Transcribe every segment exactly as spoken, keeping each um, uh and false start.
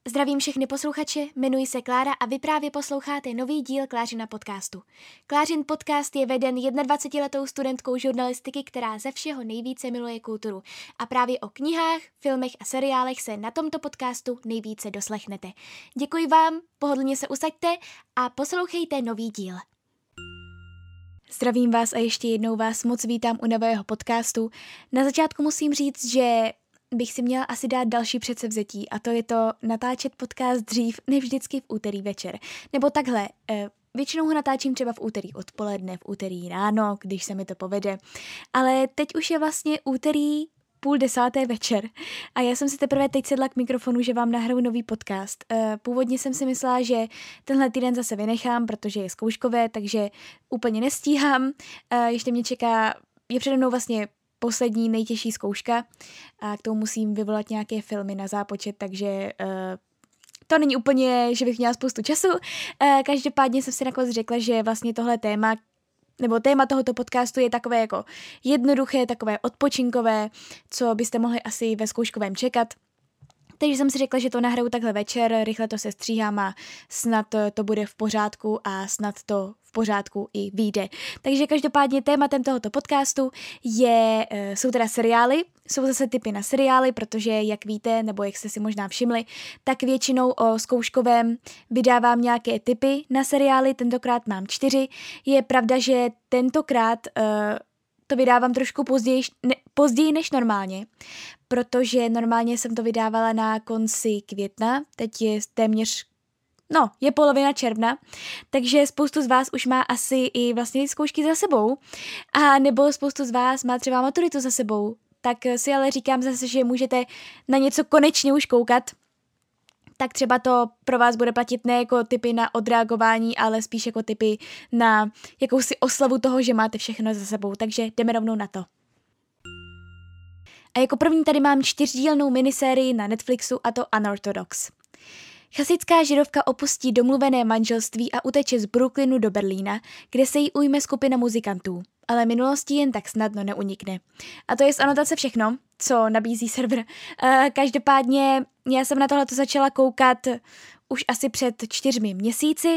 Zdravím všechny posluchače, jmenuji se Klára a vy právě posloucháte nový díl Klářina podcastu. Klářin podcast je veden dvacetijednoletou studentkou žurnalistiky, která ze všeho nejvíce miluje kulturu. A právě o knihách, filmech a seriálech se na tomto podcastu nejvíce doslechnete. Děkuji vám, pohodlně se usaďte a poslouchejte nový díl. Zdravím vás a ještě jednou vás moc vítám u nového podcastu. Na začátku musím říct, že bych si měla asi dát další předsevzetí a to je to natáčet podcast dřív, než vždycky v úterý večer. Nebo takhle, většinou ho natáčím třeba v úterý odpoledne, v úterý ráno, když se mi to povede. Ale teď už je vlastně úterý půl desáté večer a já jsem si teprve teď sedla k mikrofonu, že vám nahraju nový podcast. Původně jsem si myslela, že tenhle týden zase vynechám, protože je zkouškové, takže úplně nestíhám. Ještě mě čeká, je přede mnou vlastně poslední nejtěžší zkouška a k tomu musím vyvolat nějaké filmy na zápočet, takže uh, to není úplně, že bych měla spoustu času. Uh, každopádně jsem si nakonec řekla, že vlastně tohle téma, nebo téma tohoto podcastu je takové jako jednoduché, takové odpočinkové, co byste mohli asi ve zkouškovém čekat. Takže jsem si řekla, že to nahraju takhle večer, rychle to sestříhám a snad to bude v pořádku a snad to v pořádku i vyjde. Takže každopádně tématem tohoto podcastu je, jsou teda seriály, jsou zase tipy na seriály, protože jak víte, nebo jak jste si možná všimli, tak většinou o zkouškovém vydávám nějaké tipy na seriály, tentokrát mám čtyři. Je pravda, že tentokrát uh, to vydávám trošku později, ne, později než normálně, protože normálně jsem to vydávala na konci května, teď je téměř, no, je polovina června, takže spoustu z vás už má asi i vlastně zkoušky za sebou, a nebo spoustu z vás má třeba maturitu za sebou, tak si ale říkám zase, že můžete na něco konečně už koukat, tak třeba to pro vás bude platit ne jako tipy na odreagování, ale spíš jako tipy na jakousi oslavu toho, že máte všechno za sebou, takže jdeme rovnou na to. A jako první tady mám čtyřdílnou minisérii na Netflixu, a to Unorthodox. Chasická židovka opustí domluvené manželství a uteče z Brooklynu do Berlína, kde se jí ujme skupina muzikantů, ale minulosti jen tak snadno neunikne. A to je z anotace všechno, co nabízí server. Každopádně já jsem na tohleto začala koukat už asi před čtyřmi měsíci,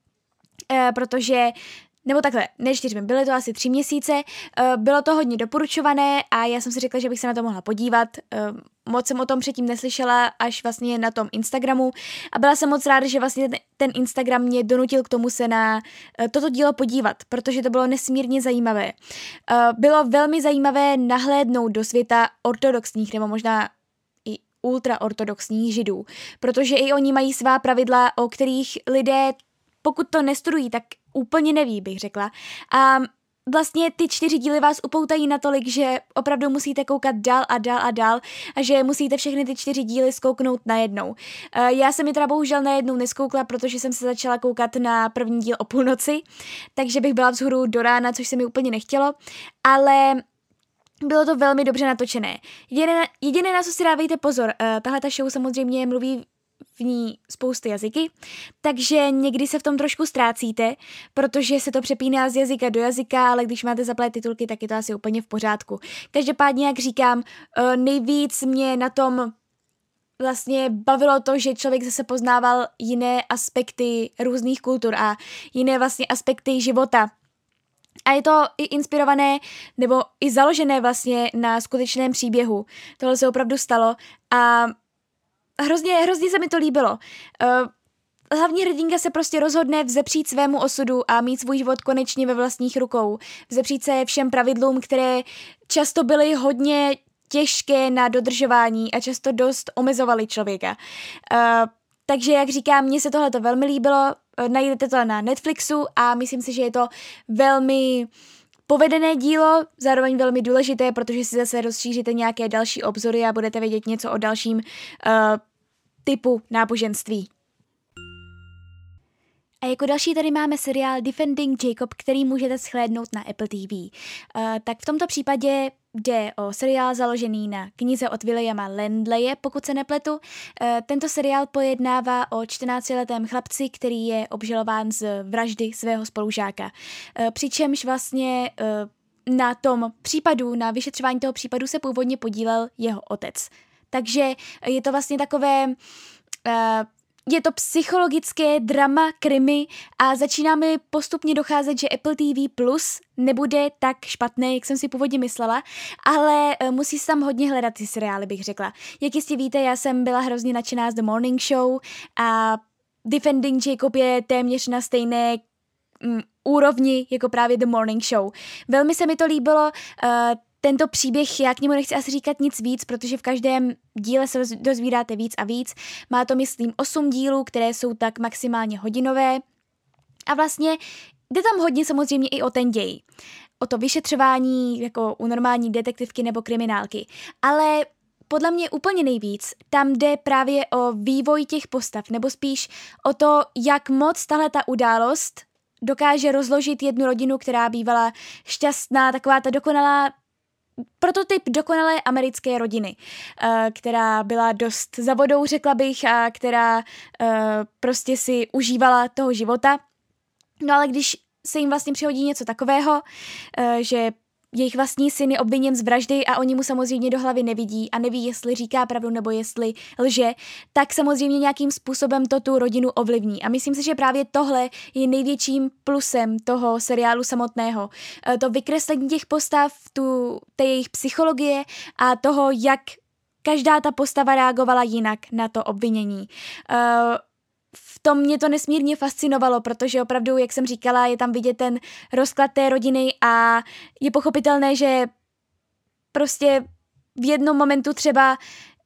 protože nebo takhle, ne čtyřmi, byly to asi tři měsíce, bylo to hodně doporučované a já jsem si řekla, že bych se na to mohla podívat. Moc jsem o tom předtím neslyšela, až vlastně na tom Instagramu a byla jsem moc ráda, že vlastně ten Instagram mě donutil k tomu se na toto dílo podívat, protože to bylo nesmírně zajímavé. Bylo velmi zajímavé nahlédnout do světa ortodoxních nebo možná i ultraortodoxních židů, protože i oni mají svá pravidla, o kterých lidé, pokud to nestudují, tak úplně neví, bych řekla. A vlastně ty čtyři díly vás upoutají natolik, že opravdu musíte koukat dál a dál a dál a že musíte všechny ty čtyři díly zkouknout najednou. Já jsem je teda bohužel najednou neskoukla, protože jsem se začala koukat na první díl o půlnoci, takže bych byla vzhůru do rána, což se mi úplně nechtělo, ale bylo to velmi dobře natočené. Jediné, jediné na co si dávejte pozor, tahle ta show samozřejmě mluví v ní spousty jazyky, takže někdy se v tom trošku ztrácíte, protože se to přepíná z jazyka do jazyka, ale když máte zaplé titulky, tak je to asi úplně v pořádku. Každopádně, jak říkám, nejvíc mě na tom vlastně bavilo to, že člověk zase poznával jiné aspekty různých kultur a jiné vlastně aspekty života. A je to i inspirované, nebo i založené vlastně na skutečném příběhu. Tohle se opravdu stalo a Hrozně, hrozně se mi to líbilo. Uh, hlavní hrdinka se prostě rozhodne vzepřít svému osudu a mít svůj život konečně ve vlastních rukou. Vzepřít se všem pravidlům, které často byly hodně těžké na dodržování a často dost omezovaly člověka. Uh, takže, jak říkám, mně se tohleto velmi líbilo. Uh, najdete to na Netflixu a myslím si, že je to velmi povedené dílo, zároveň velmi důležité, protože si zase rozšíříte nějaké další obzory a budete vědět něco o dalším uh, typu náboženství. A jako další tady máme seriál Defending Jacob, který můžete shlédnout na Apple T V. Uh, tak v tomto případě jde o seriál založený na knize od Williama Landleje, pokud se nepletu. Uh, tento seriál pojednává o čtrnáctiletém chlapci, který je obžalován z vraždy svého spolužáka. Uh, přičemž vlastně uh, na tom případu, na vyšetřování toho případu se původně podílel jeho otec. Takže je to vlastně takové Uh, Je to psychologické drama, krimi a začíná mi postupně docházet, že Apple T V Plus nebude tak špatné, jak jsem si původně myslela, ale musí se tam hodně hledat ty seriály, bych řekla. Jak jistě víte, já jsem byla hrozně nadšená z The Morning Show a Defending Jacob je téměř na stejné mm, úrovni jako právě The Morning Show. Velmi se mi to líbilo, uh, tento příběh, já k němu nechci asi říkat nic víc, protože v každém díle se dozvídáte víc a víc. Má to, myslím, osm dílů, které jsou tak maximálně hodinové. A vlastně jde tam hodně samozřejmě i o ten děj. O to vyšetřování, jako u normální detektivky nebo kriminálky. Ale podle mě úplně nejvíc tam jde právě o vývoj těch postav, nebo spíš o to, jak moc tahle ta událost dokáže rozložit jednu rodinu, která bývala šťastná, taková ta dokonalá prototyp dokonalé americké rodiny, která byla dost za vodou, řekla bych, a která prostě si užívala toho života. No ale když se jim vlastně přihodí něco takového, že jejich vlastní syn je obviněn z vraždy a oni mu samozřejmě do hlavy nevidí a neví, jestli říká pravdu nebo jestli lže, tak samozřejmě nějakým způsobem to tu rodinu ovlivní. A myslím si, že právě tohle je největším plusem toho seriálu samotného. To vykreslení těch postav, tu, té jejich psychologie a toho, jak každá ta postava reagovala jinak na to obvinění. Uh, V tom mě to nesmírně fascinovalo, protože opravdu, jak jsem říkala, je tam vidět ten rozklad té rodiny a je pochopitelné, že prostě v jednom momentu třeba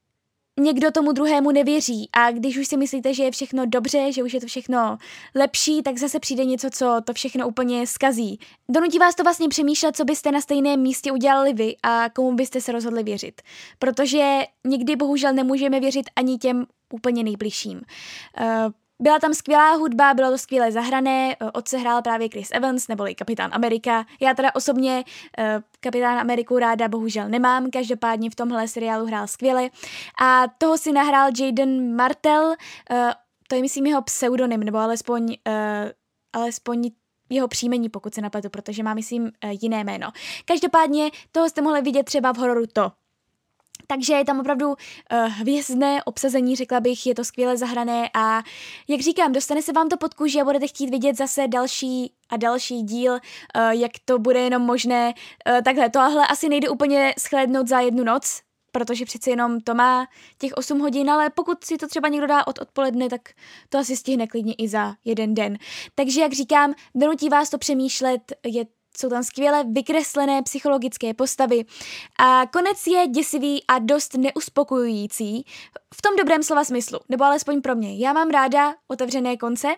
někdo tomu druhému nevěří a když už si myslíte, že je všechno dobře, že už je to všechno lepší, tak zase přijde něco, co to všechno úplně zkazí. Donutí vás to vlastně přemýšlet, co byste na stejném místě udělali vy a komu byste se rozhodli věřit. Protože někdy bohužel nemůžeme věřit ani těm úplně nejbližším. Uh, Byla tam skvělá hudba, bylo to skvěle zahrané, otce hrál právě Chris Evans, neboli Kapitán Amerika. Já teda osobně uh, Kapitán Ameriku ráda bohužel nemám, každopádně v tomhle seriálu hrál skvěle. A toho si nahrál Jaden Martell, uh, to je myslím jeho pseudonym, nebo alespoň, uh, alespoň jeho příjmení, pokud se napletu, protože má myslím uh, jiné jméno. Každopádně toho jste mohli vidět třeba v hororu To. Takže je tam opravdu uh, hvězdné obsazení, řekla bych, je to skvěle zahrané a jak říkám, dostane se vám to pod kůži a budete chtít vidět zase další a další díl, uh, jak to bude jenom možné. Uh, takhle, tohle asi nejde úplně shlédnout za jednu noc, protože přeci jenom to má těch osm hodin, ale pokud si to třeba někdo dá od odpoledne, tak to asi stihne klidně i za jeden den. Takže jak říkám, donutí vás to přemýšlet, je jsou tam skvěle vykreslené psychologické postavy a konec je děsivý a dost neuspokojující v tom dobrém slova smyslu, nebo alespoň pro mě. Já mám ráda otevřené konce.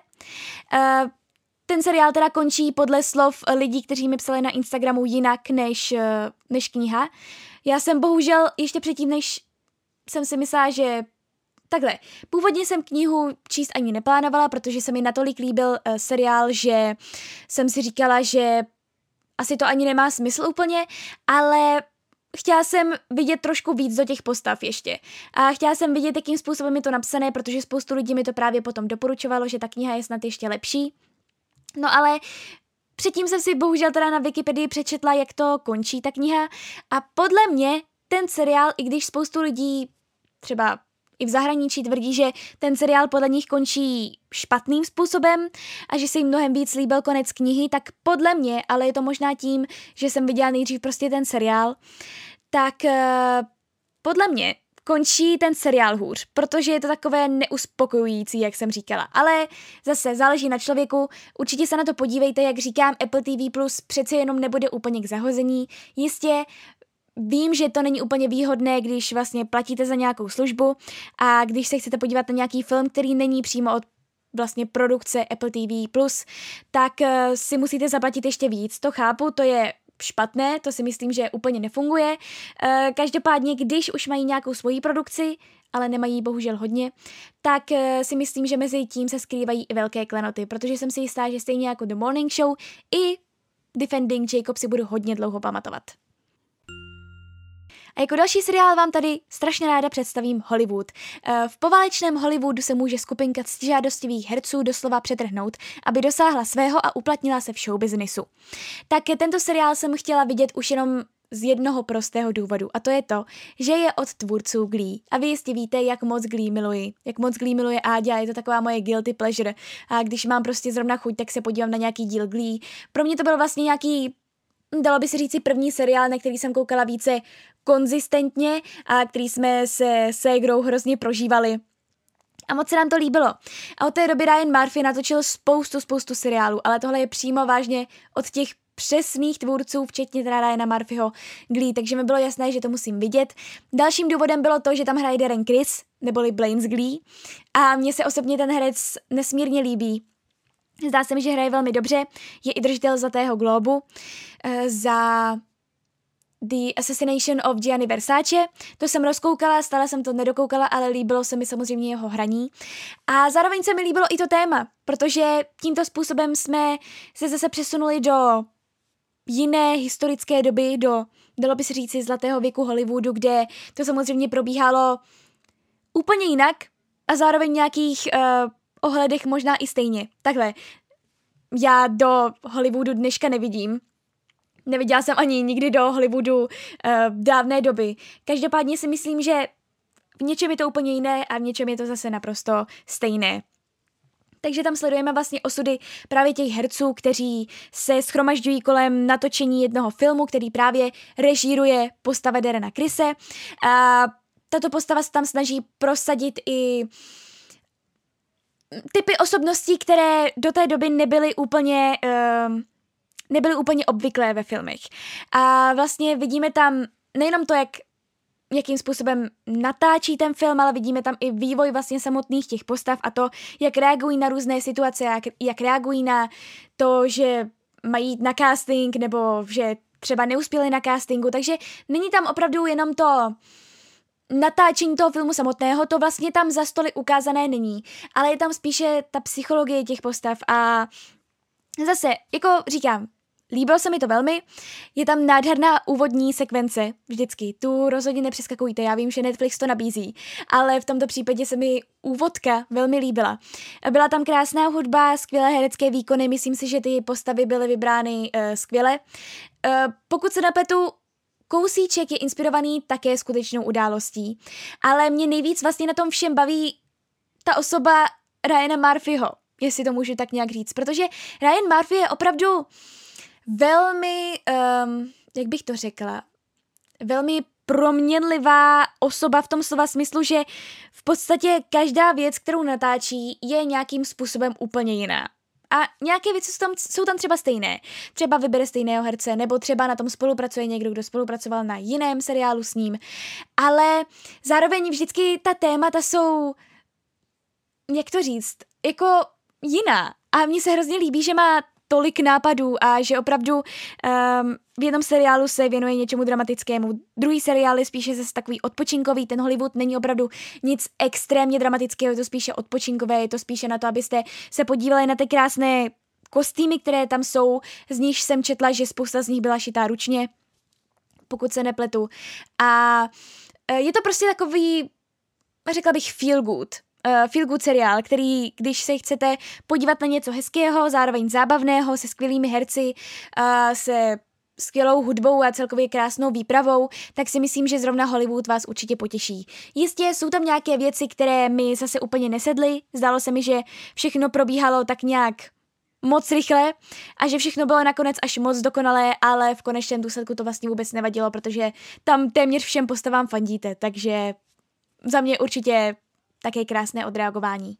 Uh, ten seriál teda končí podle slov lidí, kteří mi psali na Instagramu jinak než, uh, než kniha. Já jsem bohužel ještě předtím, než jsem si myslela, že takhle, původně jsem knihu číst ani neplánovala, protože se mi natolik líbil uh, seriál, že jsem si říkala, že asi to ani nemá smysl úplně, ale chtěla jsem vidět trošku víc do těch postav ještě. A chtěla jsem vidět, jakým způsobem je to napsané, protože spoustu lidí mi to právě potom doporučovalo, že ta kniha je snad ještě lepší. No ale předtím jsem si bohužel teda na Wikipedii přečetla, jak to končí ta kniha a podle mě ten seriál, i když spoustu lidí třeba i v zahraničí tvrdí, že ten seriál podle nich končí špatným způsobem a že se jim mnohem víc líbil konec knihy, tak podle mě, ale je to možná tím, že jsem viděla nejdřív prostě ten seriál, tak uh, podle mě končí ten seriál hůř, protože je to takové neuspokojující, jak jsem říkala. Ale zase záleží na člověku, určitě se na to podívejte, jak říkám, Apple T V Plus přece jenom nebude úplně k zahození. Jistě vím, že to není úplně výhodné, když vlastně platíte za nějakou službu a když se chcete podívat na nějaký film, který není přímo od vlastně produkce Apple T V plus, tak uh, si musíte zaplatit ještě víc. To chápu, to je špatné, to si myslím, že úplně nefunguje. Uh, každopádně, když už mají nějakou svoji produkci, ale nemají bohužel hodně, tak uh, si myslím, že mezi tím se skrývají i velké klenoty, protože jsem si jistá, že stejně jako The Morning Show i Defending Jacob si budu hodně dlouho pamatovat. A jako další seriál vám tady strašně ráda představím Hollywood. V poválečném Hollywoodu se může skupinka ctižádostivých herců doslova přetrhnout, aby dosáhla svého a uplatnila se v showbiznisu. Tak tento seriál jsem chtěla vidět už jenom z jednoho prostého důvodu a to je to, že je od tvůrců Glee. A vy jistě víte, jak moc Glee miluji. Jak moc Glee miluje Áďa, je to taková moje guilty pleasure. A když mám prostě zrovna chuť, tak se podívám na nějaký díl Glee. Pro mě to byl vlastně nějaký, dalo by se říci, první seriál, na který jsem koukala více konzistentně a který jsme se ségrou hrozně prožívali. A moc se nám to líbilo. A od té doby Ryan Murphy natočil spoustu, spoustu seriálů, ale tohle je přímo vážně od těch přesných tvůrců, včetně teda Ryana Murphyho Glee, takže mi bylo jasné, že to musím vidět. Dalším důvodem bylo to, že tam hraje Darren Criss, neboli Blaine z Glee, a mně se osobně ten herec nesmírně líbí. Zdá se mi, že hraje velmi dobře, je i držitel Zlatého glóbu uh, za The Assassination of Gianni Versace. To jsem rozkoukala, stále jsem to nedokoukala, ale líbilo se mi samozřejmě jeho hraní. A zároveň se mi líbilo i to téma, protože tímto způsobem jsme se zase přesunuli do jiné historické doby, do, dalo by se říci, zlatého věku Hollywoodu, kde to samozřejmě probíhalo úplně jinak a zároveň v nějakých uh, ohledech možná i stejně. Takhle, já do Hollywoodu dneška nevidím. Neviděla jsem ani nikdy do Hollywoodu uh, dávné doby. Každopádně si myslím, že v něčem je to úplně jiné a v něčem je to zase naprosto stejné. Takže tam sledujeme vlastně osudy právě těch herců, kteří se shromažďují kolem natočení jednoho filmu, který právě režíruje postava Darrena Crisse. A tato postava se tam snaží prosadit i typy osobností, které do té doby nebyly úplně... Uh, nebyly úplně obvyklé ve filmech. A vlastně vidíme tam nejenom to, jak, jakým způsobem natáčí ten film, ale vidíme tam i vývoj vlastně samotných těch postav a to, jak reagují na různé situace, jak, jak reagují na to, že mají jít na casting, nebo že třeba neuspěli na castingu, takže není tam opravdu jenom to natáčení toho filmu samotného, to vlastně tam za stoly ukázané není, ale je tam spíše ta psychologie těch postav a zase, jako říkám, líbilo se mi to velmi, je tam nádherná úvodní sekvence, vždycky, tu rozhodně nepřeskakujte, já vím, že Netflix to nabízí, ale v tomto případě se mi úvodka velmi líbila. Byla tam krásná hudba, skvělé herecké výkony, myslím si, že ty postavy byly vybrány uh, skvěle. Uh, pokud se napletu, kousíček je inspirovaný také skutečnou událostí, ale mě nejvíc vlastně na tom všem baví ta osoba Ryana Murphyho, jestli to můžu tak nějak říct, protože Ryan Murphy je opravdu velmi, um, jak bych to řekla, velmi proměnlivá osoba v tom slova smyslu, že v podstatě každá věc, kterou natáčí, je nějakým způsobem úplně jiná. A nějaké věci jsou tam, jsou tam třeba stejné. Třeba vybere stejného herce, nebo třeba na tom spolupracuje někdo, kdo spolupracoval na jiném seriálu s ním. Ale zároveň vždycky ta témata jsou, jak to říct, jako jiná. A mně se hrozně líbí, že má tolik nápadů a že opravdu um, v jednom seriálu se věnuje něčemu dramatickému. Druhý seriál je spíše zase takový odpočinkový, ten Hollywood není opravdu nic extrémně dramatického, je to spíše odpočinkové, je to spíše na to, abyste se podívali na ty krásné kostýmy, které tam jsou, z nich jsem četla, že spousta z nich byla šitá ručně, pokud se nepletu. A je to prostě takový, řekla bych, feel good. Uh, feel good seriál, který, když se chcete podívat na něco hezkého, zároveň zábavného, se skvělými herci, uh, se skvělou hudbou a celkově krásnou výpravou, tak si myslím, že zrovna Hollywood vás určitě potěší. Jistě jsou tam nějaké věci, které mi zase úplně nesedly, zdálo se mi, že všechno probíhalo tak nějak moc rychle a že všechno bylo nakonec až moc dokonalé, ale v konečném důsledku to vlastně vůbec nevadilo, protože tam téměř všem postavám fandíte, takže za mě určitě také krásné odreagování.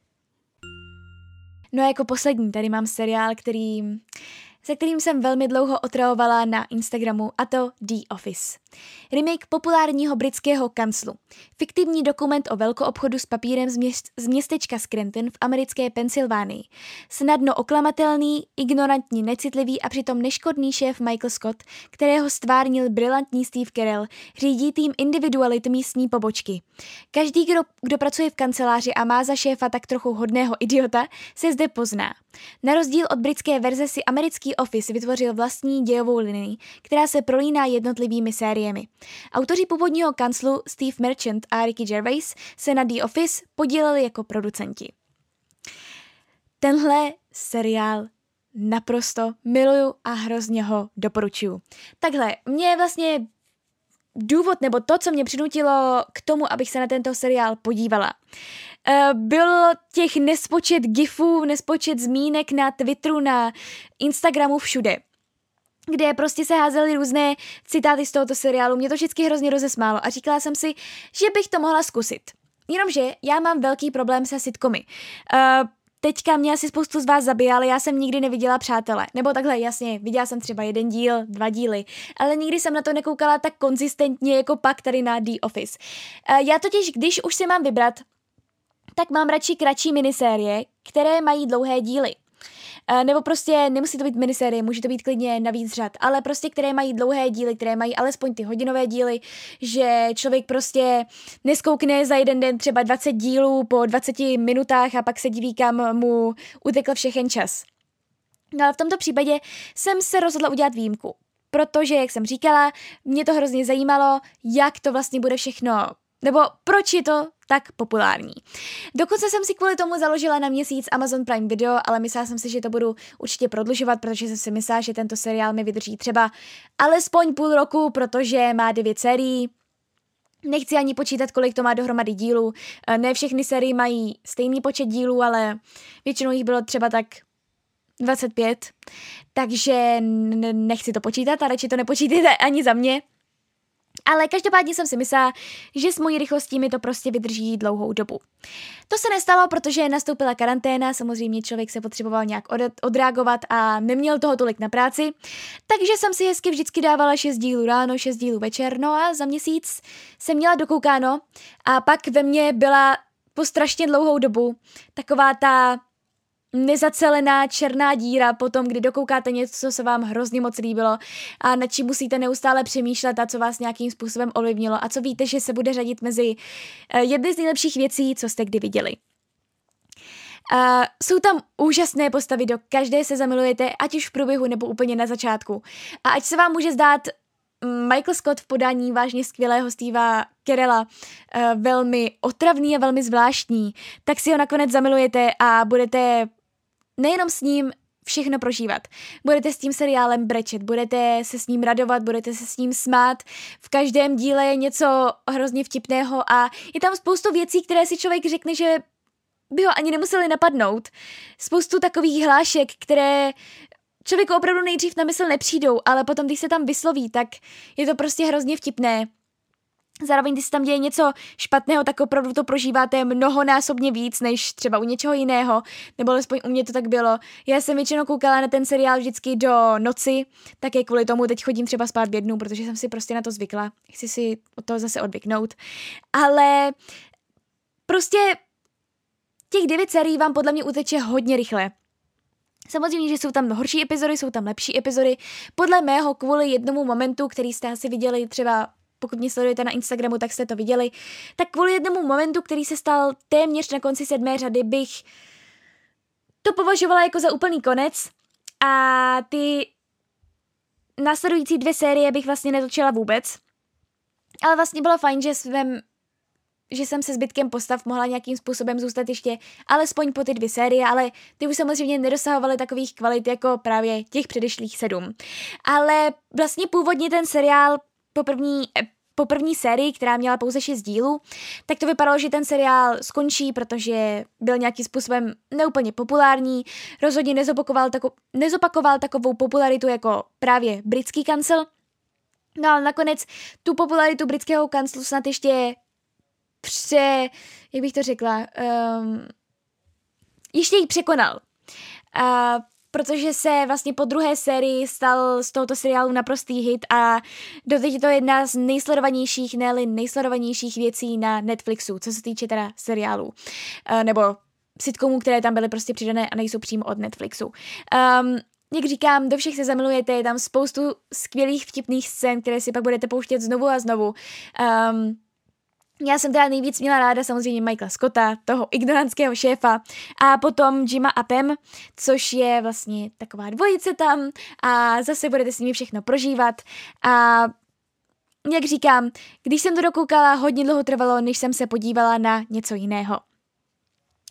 No a jako poslední tady mám seriál, který, se kterým jsem velmi dlouho otravovala na Instagramu, a to The Office. Remake populárního britského kanclu. Fiktivní dokument o velkoobchodu s papírem z, měst, z městečka Scranton v americké Pensylvánii. Snadno oklamatelný, ignorantní, necitlivý a přitom neškodný šéf Michael Scott, kterého stvárnil brilantní Steve Carell, řídí tým individualit místní pobočky. Každý, kdo, kdo pracuje v kanceláři a má za šéfa tak trochu hodného idiota, se zde pozná. Na rozdíl od britské verze si americký Office vytvořil vlastní dějovou linii, která se prolíná jednotlivými sériemi. Autoři původního kanclu Steve Merchant a Ricky Gervais se na The Office podíleli jako producenti. Tenhle seriál naprosto miluju a hrozně ho doporučuju. Takhle, mě vlastně důvod nebo to, co mě přinutilo k tomu, abych se na tento seriál podívala, bylo těch nespočet gifů, nespočet zmínek na Twitteru, na Instagramu, všude, kde prostě se házely různé citáty z tohoto seriálu. Mě to vždycky hrozně rozesmálo a říkala jsem si, že bych to mohla zkusit. Jenomže já mám velký problém se sitcomy. Uh, teďka mě asi spoustu z vás zabije, ale já jsem nikdy neviděla Přátele. Nebo takhle, jasně, viděla jsem třeba jeden díl, dva díly, ale nikdy jsem na to nekoukala tak konzistentně jako pak tady na The Office. Uh, já totiž, když už se mám vybrat, tak mám radši kratší minisérie, které mají dlouhé díly. Uh, nebo prostě nemusí to být minisérie, může to být klidně na víc řad, ale prostě které mají dlouhé díly, které mají alespoň ty hodinové díly, že člověk prostě neskoukne za jeden den třeba dvacet dílů po dvaceti minutách a pak se diví, kam mu utekl všechen čas. No ale v tomto případě jsem se rozhodla udělat výjimku, protože, jak jsem říkala, mě to hrozně zajímalo, jak to vlastně bude všechno, nebo proč je to tak populární. Dokonce jsem si kvůli tomu založila na měsíc Amazon Prime Video, ale myslela jsem si, že to budu určitě prodlužovat, protože jsem si myslela, že tento seriál mi vydrží třeba alespoň půl roku, protože má devět sérií. Nechci ani počítat, kolik to má dohromady dílů. Ne všechny série mají stejný počet dílů, ale většinou jich bylo třeba tak dvacet pět, takže nechci to počítat a radši to nepočítejte ani za mě. Ale každopádně jsem si myslela, že s mojí rychlostí mi to prostě vydrží dlouhou dobu. To se nestalo, protože nastoupila karanténa, samozřejmě člověk se potřeboval nějak od- odreagovat a neměl toho tolik na práci, takže jsem si hezky vždycky dávala šest dílů ráno, šest dílů večer, no a za měsíc jsem měla dokoukáno a pak ve mně byla po strašně dlouhou dobu taková ta nezacelená černá díra potom, kdy dokoukáte něco, co se vám hrozně moc líbilo a nad čím musíte neustále přemýšlet a co vás nějakým způsobem ovlivnilo a co víte, že se bude řadit mezi jedny z nejlepších věcí, co jste kdy viděli. Uh, jsou tam úžasné postavy, do každé se zamilujete, ať už v průběhu nebo úplně na začátku. A ať se vám může zdát Michael Scott v podání vážně skvělého Steva Carella uh, velmi otravný a velmi zvláštní, tak si ho nakonec zamilujete a budete nejenom s ním všechno prožívat. Budete s tím seriálem brečet, budete se s ním radovat, budete se s ním smát. V každém díle je něco hrozně vtipného a je tam spoustu věcí, které si člověk řekne, že by ho ani nemuseli napadnout. Spoustu takových hlášek, které člověku opravdu nejdřív na mysl nepřijdou, ale potom, když se tam vysloví, tak je to prostě hrozně vtipné. Zároveň, když se tam děje něco špatného, tak opravdu to prožíváte mnohonásobně víc, než třeba u něčeho jiného, nebo alespoň u mě to tak bylo. Já jsem většinou koukala na ten seriál vždycky do noci, také kvůli tomu teď chodím třeba spát v jednu, protože jsem si prostě na to zvykla. Chci si od toho zase odvyknout. Ale prostě těch devět sérií vám podle mě uteče hodně rychle. Samozřejmě, že jsou tam horší epizody, jsou tam lepší epizody. Podle mého kvůli jednomu momentu, který jste asi viděli třeba, pokud mě sledujete na Instagramu, tak jste to viděli, tak kvůli jednomu momentu, který se stal téměř na konci sedmé řady, bych to považovala jako za úplný konec a ty následující dvě série bych vlastně netočila vůbec. Ale vlastně bylo fajn, že jsem, že jsem se zbytkem postav mohla nějakým způsobem zůstat ještě alespoň po ty dvě série, ale ty už samozřejmě nedosahovaly takových kvalit jako právě těch předešlých sedm. Ale vlastně původně ten seriál po první, po první sérii, která měla pouze šest dílů, tak to vypadalo, že ten seriál skončí, protože byl nějakým způsobem neúplně populární, rozhodně nezopakoval, tako, nezopakoval takovou popularitu jako právě britský kancel. No ale nakonec tu popularitu britského kanclu snad ještě pře, jak bych to řekla, um, ještě ji překonal. Uh, protože se vlastně po druhé sérii stal z tohoto seriálu naprostý hit a doteď je to jedna z nejsledovanějších, ne-li nejsledovanějších věcí na Netflixu, co se týče teda seriálů. Uh, nebo sitcomů, které tam byly prostě přidané a nejsou přímo od Netflixu. Um, Jak říkám, do všech se zamilujete, je tam spoustu skvělých vtipných scén, které si pak budete pouštět znovu a znovu. Um, Já jsem teda nejvíc měla ráda samozřejmě Michaela Scotta, toho ignorantského šéfa, a potom Jima a Pam, což je vlastně taková dvojice tam a zase budete s nimi všechno prožívat. A jak říkám, když jsem to dokoukala, hodně dlouho trvalo, než jsem se podívala na něco jiného.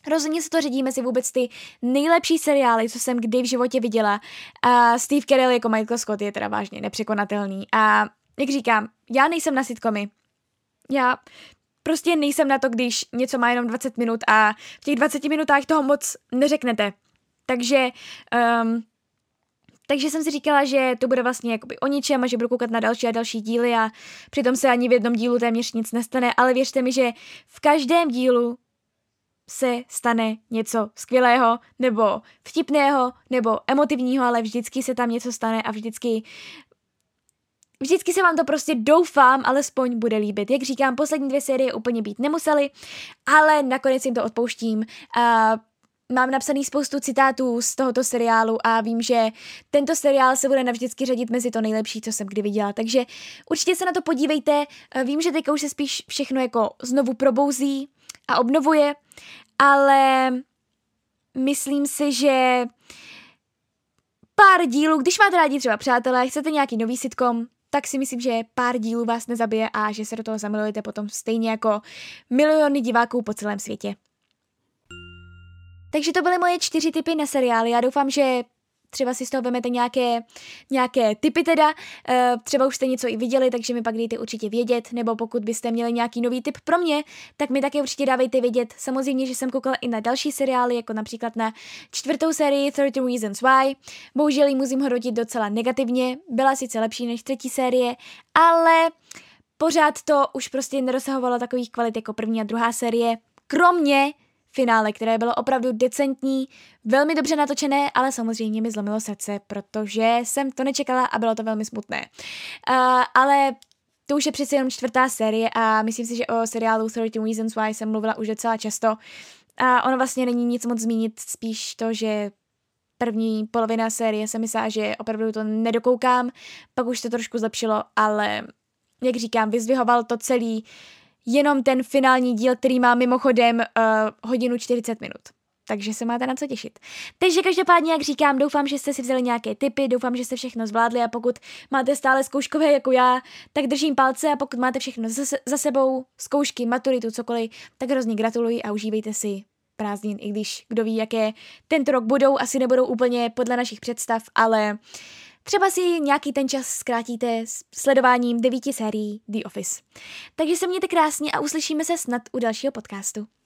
Rozhodně se to řadí mezi vůbec ty nejlepší seriály, co jsem kdy v životě viděla. A Steve Carell jako Michael Scott je teda vážně nepřekonatelný. A jak říkám, já nejsem na sitcomy. Já prostě nejsem na to, když něco má jenom dvacet minut a v těch dvaceti minutách toho moc neřeknete. Takže... Um, Takže jsem si říkala, že to bude vlastně jakoby o ničem a že budu koukat na další a další díly a přitom se ani v jednom dílu téměř nic nestane, ale věřte mi, že v každém dílu se stane něco skvělého, nebo vtipného, nebo emotivního, ale vždycky se tam něco stane a vždycky vždycky se vám to prostě doufám, alespoň bude líbit. Jak říkám, poslední dvě série úplně být nemusely, ale nakonec jim to odpouštím. A mám napsaný spoustu citátů z tohoto seriálu a vím, že tento seriál se bude navždycky řadit mezi to nejlepší, co jsem kdy viděla. Takže určitě se na to podívejte. Vím, že teďka už se spíš všechno jako znovu probouzí a obnovuje, ale myslím si, že pár dílů, když máte rádi třeba přátelé, chcete nějaký nový sitcom, tak si myslím, že pár dílů vás nezabije a že se do toho zamilujete potom stejně jako miliony diváků po celém světě. Takže to byly moje čtyři tipy na seriály. Já doufám, že třeba si z toho vemete nějaké, nějaké tipy teda. E, třeba už jste něco i viděli, takže mi pak dejte určitě vědět. Nebo pokud byste měli nějaký nový tip pro mě, tak mi také určitě dávejte vědět. Samozřejmě, že jsem koukala i na další seriály, jako například na čtvrtou sérii thirty Reasons Why. Bohužel ji musím hodnotit docela negativně. Byla sice lepší než třetí série, ale pořád to už prostě nedosahovalo takových kvalit jako první a druhá série. Kromě finále, které bylo opravdu decentní, velmi dobře natočené, ale samozřejmě mi zlomilo srdce, protože jsem to nečekala a bylo to velmi smutné. Uh, ale to už je přeci jenom čtvrtá série a myslím si, že o seriálu thirty Reasons Why jsem mluvila už docela často. A ono vlastně není nic moc zmínit, spíš to, že první polovina série se myslela, že opravdu to nedokoukám, pak už to trošku zlepšilo, ale jak říkám, vyzdvihoval to celý jenom ten finální díl, který má mimochodem uh, hodinu čtyřicet minut. Takže se máte na co těšit. Takže každopádně, jak říkám, doufám, že jste si vzali nějaké tipy, doufám, že jste všechno zvládli a pokud máte stále zkouškové jako já, tak držím palce a pokud máte všechno za, za sebou, zkoušky, maturitu, cokoliv, tak hrozně gratuluji a užívejte si prázdnin, i když kdo ví, jaké tento rok budou, asi nebudou úplně podle našich představ, ale třeba si nějaký ten čas zkrátíte s sledováním devíti sérií The Office. Takže se mějte krásně a uslyšíme se snad u dalšího podcastu.